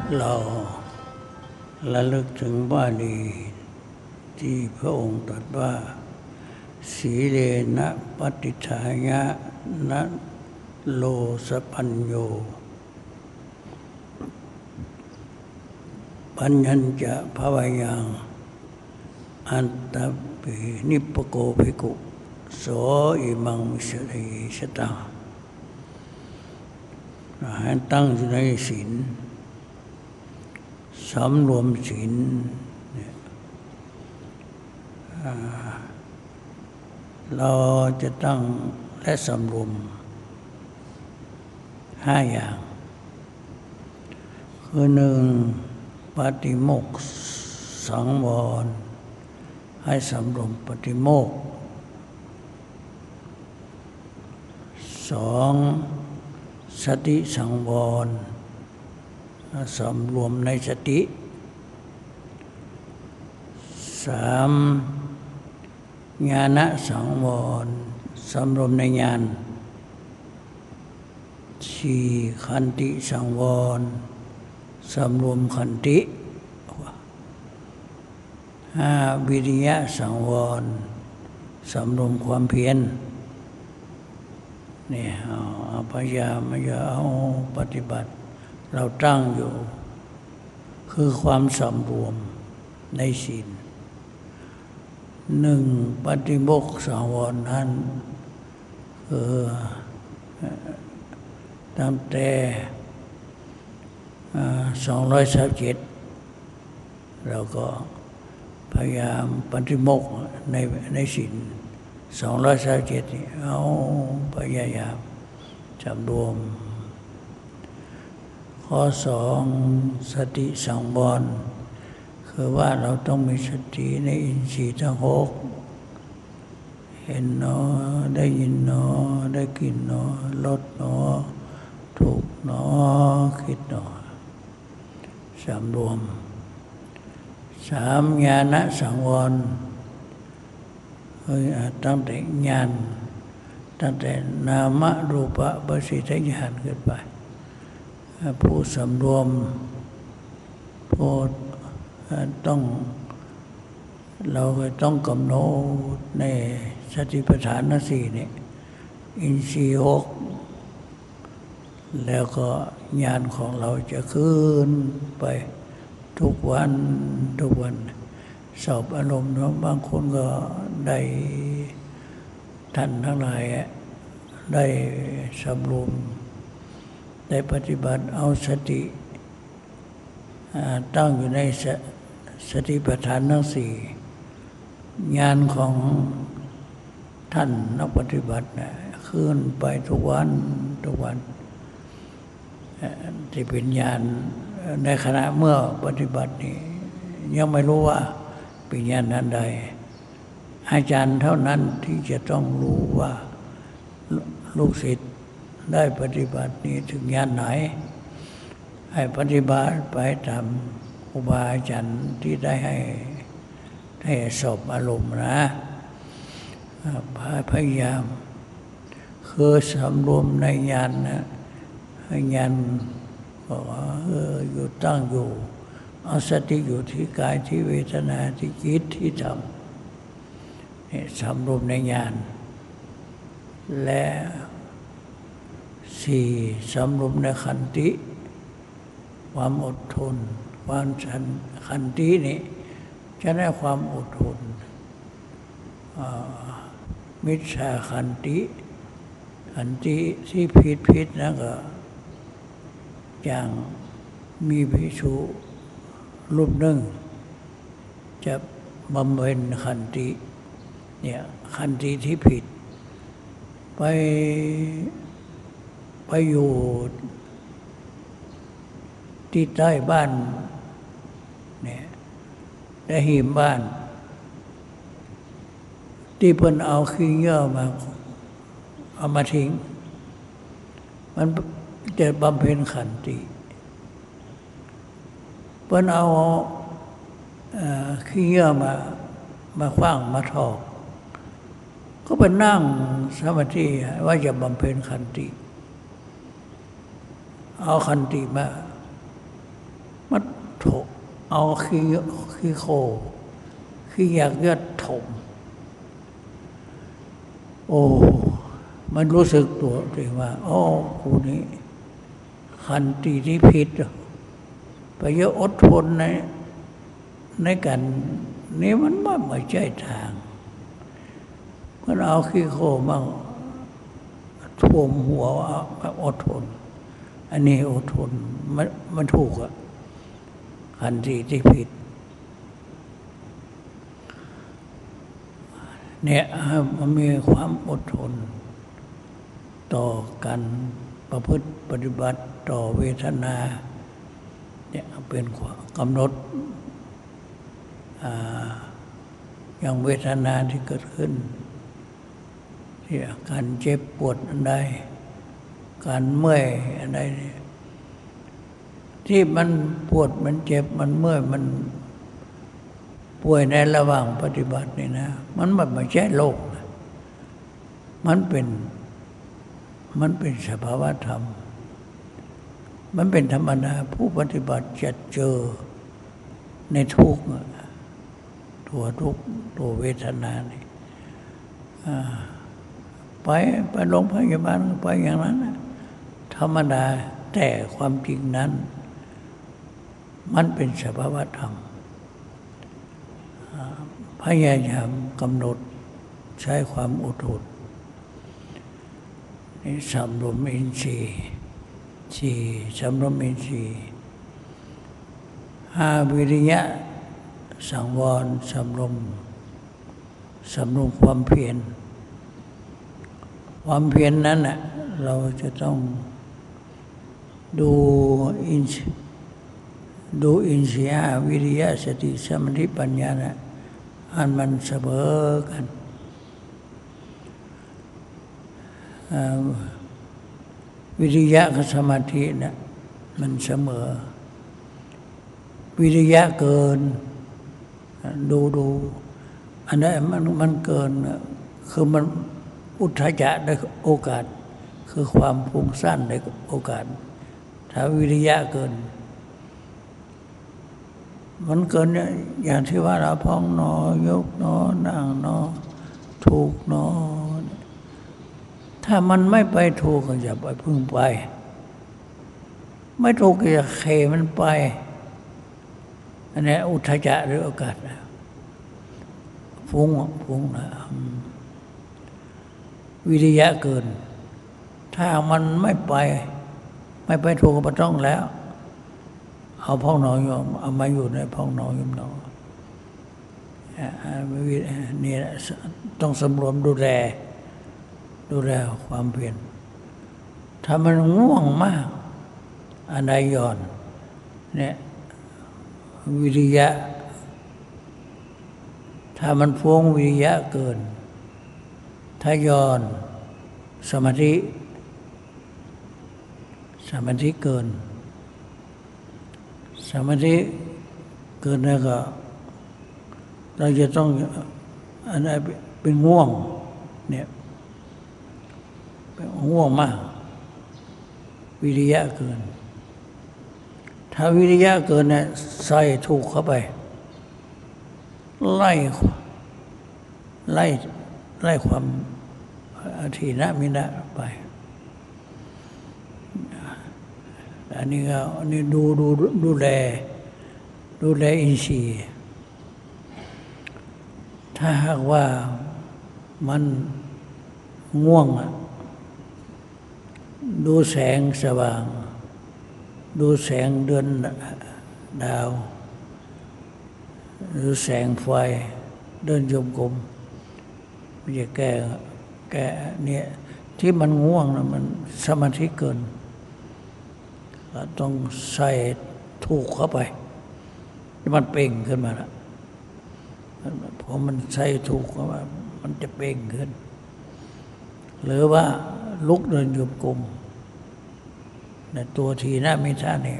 เราระลึกถึงบาลีที่พระองค์ตรัสว่าสีเลนะปฏิฐายะนะโลสปัญโยปัญญัญจะภวยังอันตปินิปโกภิกขุโสอิมังมิสริสตังให้ตั้งอยู่ในศีลสำรวมศีลเราจะตั้งและสำรวม5 อย่างคือ1ปฏิโมกข์สังวรให้สำรวมปฏิโมกข์2สติสังวรสำรวมในสติ3ญาณสังวรสำรวมในญาณ4ขันติสังวรสำรวมขันติ5วิริยะสังวรสำรวมความเพียรเนี่ยพยายามอย่าเอาปฏิบัติเราตั้งอยู่คือความสำรวมในศีล1ปฏิโมกข์สังวรนั้นคือตั้งแต่237เราก็พยายามปฏิโมกข์ในศีล237นี่เอาพยายามสำรวมข้อ2สติสังวรคือว่าเราต้องมีสติในอินทรีย์ทั้ง6เห็นหนอได้ยินหนอได้กลิ่นหนอรสหนอถูกหนอคิดหนอสำรวม3ญาณสังวรตั้งแต่ญาณตั้งแต่นามรูปะปสิทธิญาณขึ้นไปผู้สำรวมผู้ต้องเราก็ต้องกำหนดในสติปัฏฐาน4นี่อินทรีย์6แล้วก็ญาณของเราจะขึ้นไปทุกวันสอบอารมณ์บางคนก็ได้ท่านทั้งหลายได้สำรวมได้ปฏิบัติเอาสติตั้งอยู่ในสติปัฏฐานทั้ง4ญาณของท่านนักปฏิบัติขึ้นไปทุกวันที่เป็นญาณในขณะเมื่อปฏิบัตินี้ยังไม่รู้ว่าเป็นญาณนั้นใดอาจารย์เท่านั้นที่จะต้องรู้ว่าลูกศิษย์ได้ปฏิบัตินี้ถึงญาณไหนให้ปฏิบัติไปตามครูบาอาจารย์ที่ได้ให้สอบอารมณ์นะพยายามคือสำรวมในญาณนะให้ญาณอยู่ตั้งอยู่เอาสติอยู่ที่กายที่เวทนาที่จิตที่ธรรมสำรวมในญาณและ4สำรวมในขันติความอดทนความขันตินี่จะได้ความอดทนมิจฉาขันติที่ผิดนะก็อย่างมีภิกษุรูปหนึ่งจะบำเพ็ญขันติเนี่ยขันติที่ผิดไปอยู่ที่ใต้บ้านเนี่ยได้หิมบ้านที่เพิ่นเอาขี้เหงื่อมาเอามาทิ้งมันจะบำเพ็ญขันติเพิ่นเอาขี้เหงื่อมาขว้างมาทอกก็ไปนั่งสมาธิว่าจะบำเพ็ญขันติเอาขันติมามันถกเอาขี้โคขี้อยากยัดถมโอ้มันรู้สึกตัวเองว่าอ๋อกูนี้ขันติที่ผิดไปเยอะอดทนในกันนี่มันไม่ใช่ทางมันเอาขี้โคมาท่วมหัวอดทนอันนี้อดทนมันถูกอะขันติที่ผิดเนี่ยมันมีความอดทนต่อกันประพฤติปฏิบัติต่อเวทนาเนี่ยเป็นกำหนดอย่างเวทนาที่เกิดขึ้นที่การเจ็บปวดอันใดการเมื่อยอันใดที่มันปวดมันเจ็บมันเมื่อยมันป่วยในระหว่างปฏิบัตินี่นะมันไม่ใช่โรคมันเป็นสภาวะธรรมมันเป็นธรรมดาผู้ปฏิบัติจะเจอในทุกข์ตัวทุกข์ตัวเวทนานี่ไปโรงพยาบาลไปอย่างนั้นธรรมดาแต่ความจริงนั้นมันเป็นสภาวะธรรมพยายามกำหนดใช้ความอดทนนี่สำรวมอินทรีย์สำรวมอินทรีย์5วิริยะสังวรสำรวมความเพียรนั้นน่ะเราจะต้องดูอินทรีย์5วิริยะสติสมาธิปัญญานะอันมันเสมอกันวิริยะกับสมาธินะมันเสมอวิริยะเกินดูอันนั้นมันเกินคือมันอุทธัจจะได้โอกาสคือความฟุ้งซ่านได้โอกาสถ้าวิริยะเกินมันเกินอย่างที่ว่าเราพองหนอยกหนอนั่งหนอถูกหนอถ้ามันไม่ไปถูกก็อย่าไปพึ่งไปไม่ถูกก็อย่าเคมันไปอันนี้อุทธัจจะหรือโอกาสฟุ้งนะวิริยะเกินถ้ามันไม่ไปถูกก็ไม่ต้องแล้วเอาพองหนอยมเอามาอยู่ในพองหนอยมหนอนี่ต้องสำรวมดูแลความเพียรถ้ามันง่วงมากอันใดย่อนเนี่ยวิริยะถ้ามันฟุ้งวิริยะเกินถ้าย่อนสมาธิเกินสมาธิเกินแล้วก็เราจะต้องอันนั้นเป็นง่วงเนี่ยเป็นง่วงมากวิริยะเกินถ้าวิริยะเกินเนี่ยใส่ถูกเข้าไปไล่ความทีนะมินะไปอันนี้ก็ดูแลอินทรีย์ถ้าหากว่ามันง่วงดูแสงสว่างดูแสงเดือนดาวดูแสงไฟเดินโยมกลมมันจะแก้เนี่ยที่มันง่วงนะมันสมาธิเกินต้องใส่ถูกเข้าไปมันเป่งขึ้นมาละพอมันใส่ถูกเข้ามามันจะเป่งขึ้นหรือว่าลุกเดินโยมกลมในตัวทีนะมิท่านี่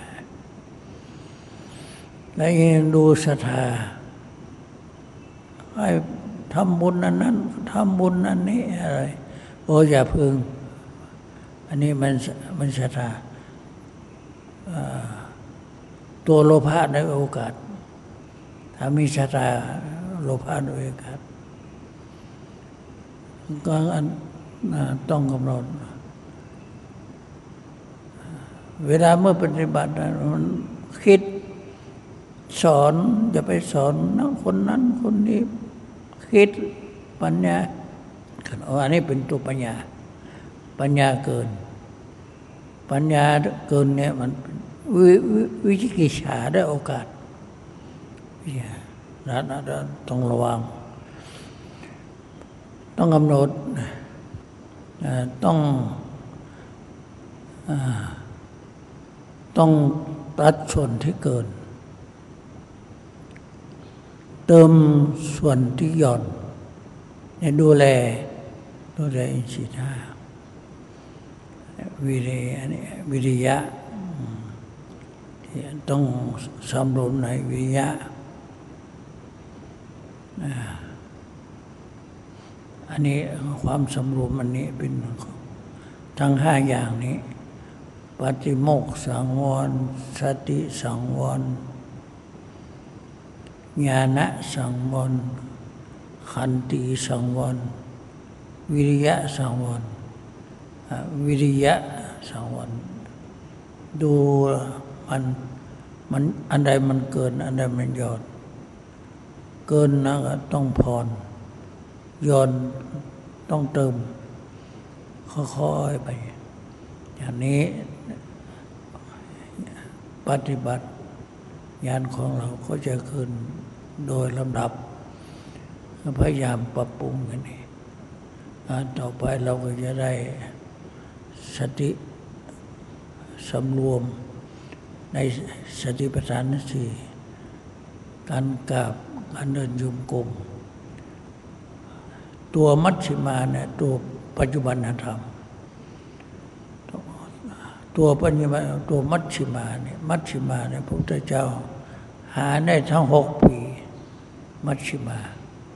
แล้วยังดูศรัทธาไอ้ทำบุญนั้นทำบุญอันนี้อะไรโอ้อย่าพึงอันนี้มันศรัทธาตัวโลภะได้โอกาสถ้ามีชะตาโลภะได้โอกาสก็ต้องกำหนดเวลาเมื่อปฏิบัติมันคิดสอนจะไปสอนคนนั้นคนนี้คิดปัญญาอันนี้เป็นตัวปัญญาเกินปัญญาเกินเนี่ยมันวิจิกิจฉาได้โอกาสนั่นต้องระวังต้องกำหนดต้องตัดส่วนที่เกินเติมส่วนที่หย่อนเนี่ยดูแลอินทรีย์ห้าวิริยะต้องสำรวมในวิริยะอันนี้ความสำรวมอันนี้เป็นทั้งห้าอย่างนี้ปฏิโมกข์สังวรสติสังวรญาณสังวรขันติสังวรวิริยะสังวรสังวรดูมันอันใดมันเกินอันใดมันหย่อนเกินนะก็ต้องผ่อนหย่อนต้องเติมค่อยๆไปอย่างนี้ปฏิบัติญาณของเราก็จะขึ้นโดยลำดับพยายามปรับปรุงกันนี่ต่อไปเราก็จะได้สติสำรวมในสติปัฏฐานสี่การกราบการเดินโยมกลมตัวมัชฌิมาเนี่ยตัวปัจจุบันธรรมตัวปัญญาตัวมัชฌิมาเนี่ยพระพุทธเจ้าหาได้ทั้ง6 ปีมัชฌิมา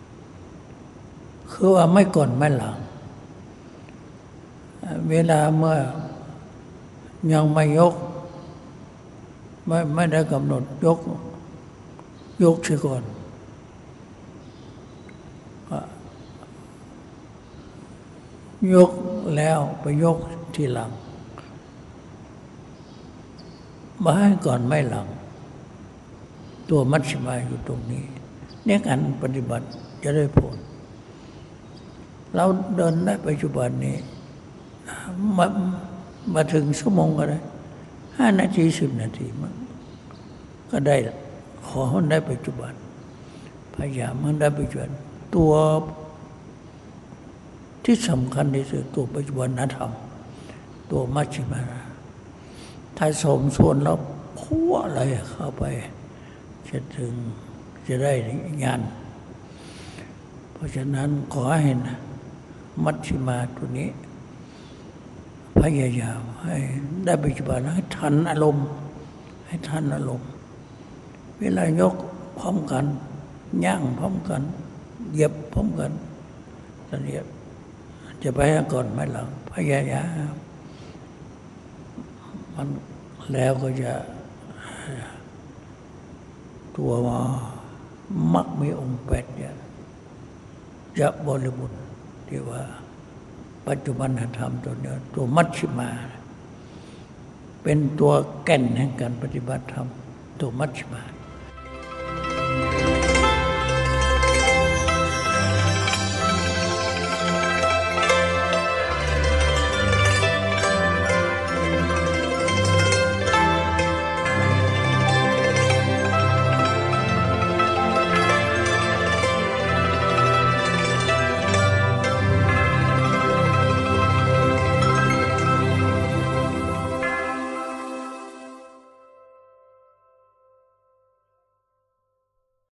คือว่าไม่ก่อนไม่หลังเวลาเมื่อยังไม่ยกไม่ได้กำหนดยกเสียก่อนยกแล้วไปยกทีหลังมาให้ก่อนไม่หลังตัวมัชฌิมาอยู่ตรงนี้เนี่ยการปฏิบัติจะได้ผลเราเดินได้ปัจจุบันนี้มาถึงชั่วโมงก็ได้5 นาที10 นาทีมันก็ได้ขอให้ได้ปัจจุบันพยายามมันได้ปัจจุบันตัวที่สำคัญที่สุดตัวปัจจุบันธรรมตัวมัชฌิมาถ้าสมส่วนแล้วพัวอะไรเข้าไปจะได้ญาณเพราะฉะนั้นขอให้มัชฌิมาตัวนี้พยายามให้ได้ปัจจุบันให้ทันอารมณ์เวลายกพร้อมกันย่างพร้อมกันเหยียบพร้อมกันตอนนี้จะไปก่อนไม่หลังพยายามมันแล้วก็จะตัวมักมีองค์8เนี่ยจะบริบูรณ์ที่ว่าปัจจุบันธรรมตัวนี้ตัวมัชฌิมาเป็นตัวแก่นแห่งการปฏิบัติธรรมตัวมัชฌิมา